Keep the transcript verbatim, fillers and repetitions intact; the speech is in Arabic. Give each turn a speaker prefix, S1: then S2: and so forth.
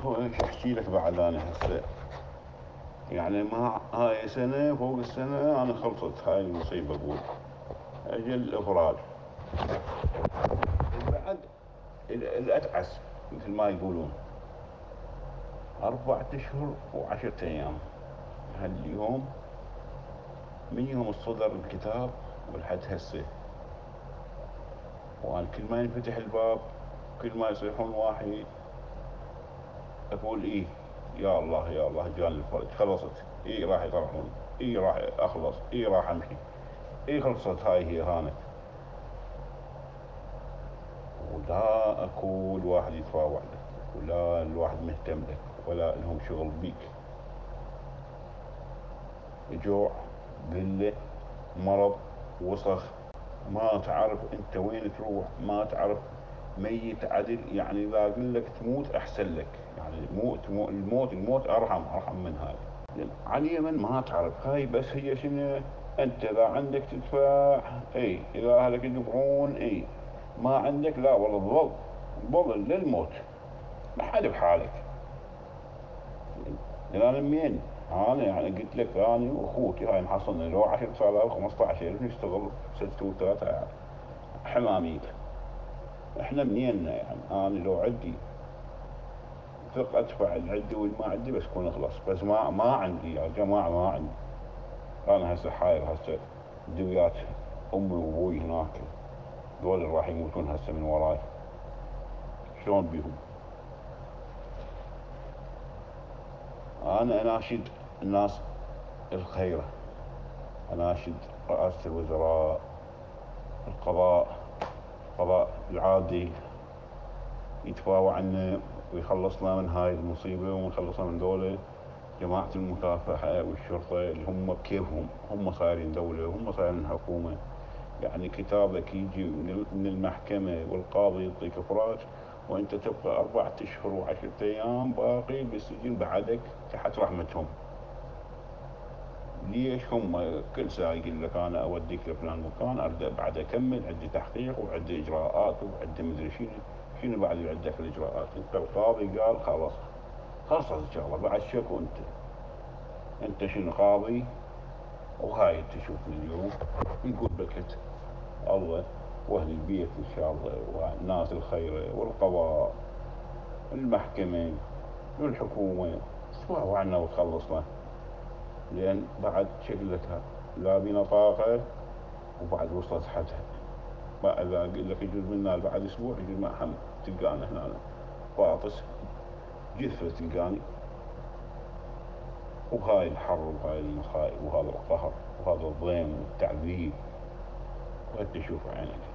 S1: هو ايش احكي لك بعد انا هسه. يعني ما هاي سنة فوق السنة انا خلصت هاي المصيبة اقول اجل الافراج. بعد الاتعس مثل ما يقولون اربعة اشهر وعشرة ايام. هاليوم من يوم الصدر الكتاب ولحد هسه، وأنا كل ما ينفتح الباب كل ما يصيحون واحد أقول إيه يا الله يا الله جاني الفرج، خلصت، إيه راح يطرحون، إيه راح أخلص، إيه راح أمشي، إيه خلصت هاي هي هانت. ولا أكو الواحد يتفاوع لك، ولا الواحد مهتم لك، ولا لهم شغل بيك. جوع، قلة، مرض، وسخ، ما تعرف انت وين تروح، ما تعرف ميت عدل. يعني اذا اقول لك تموت احسن لك، يعني الموت الموت الموت ارحم ارحم من هاي. على اليمن ما تعرف هاي، بس هي شنو، انت اذا عندك تدفع اي، اذا اهلك يدفعون اي، ما عندك لا والله تظل تظل للموت، ما حد بحالك. انا منين انا يعني قلت لك انا واخوتي هاي محصلنا لو عشرة آلاف خمسطعش ألف نشتغل ستة وثلاثة حماميك. احنا منين يعني، انا لو عندي ثق ادفع اللي عندي واللي ما عندي بس كون اخلص، بس ما ما عندي يا جماعه ما عندي. انا هسه حاير هسه دويات امي وابوي هناك، دول اللي راح يموتون هسه من وراي، شلون بيهم؟ انا اناشد الناس الخيره، اناشد رئاسه الوزراء، القضاء، القضاء العادل يتفاوى عنا ويخلصنا من هاي المصيبة، ويخلصنا من دولة جماعة المكافحة والشرطة اللي هم بكيفهم، هم صايرين دولة وهم صايرين حكومة. يعني كتابك يجي من المحكمة والقاضي يعطيك إفراج، وأنت تبقى أربعة أشهر وعشرة أيام باقي بالسجن بعدك تحت رحمتهم. ليش؟ هم كل ساعة يقول لك أنا أوديك لفلان مكان، أرد بعد أكمل، عندي تحقيق وعندي إجراءات وعندي مدري شنو شنو بعد عندك الإجراءات. أنت القاضي قال خلاص خلصت الشغلة، بعد شكو أنت أنت شنو قاضي؟ وهاي تشوفني اليوم نقول بكت الله وأهل البيت إن شاء الله والناس الخيرة والقضاء والمحكمة والحكومة تسمعوا عنا وتخلصنا، لأن بعد شكلتها لا بينا طاقة وبعد وصلت حدها. ما إذا أقول لك يجوز منا بعد أسبوع يجوز ما هم تلقانا هنا باطس جثة تلقاني. وهاي الحر وهاي المصائب وهذا القهر وهذا الضيم والتعذيب وأنت شوف عينك.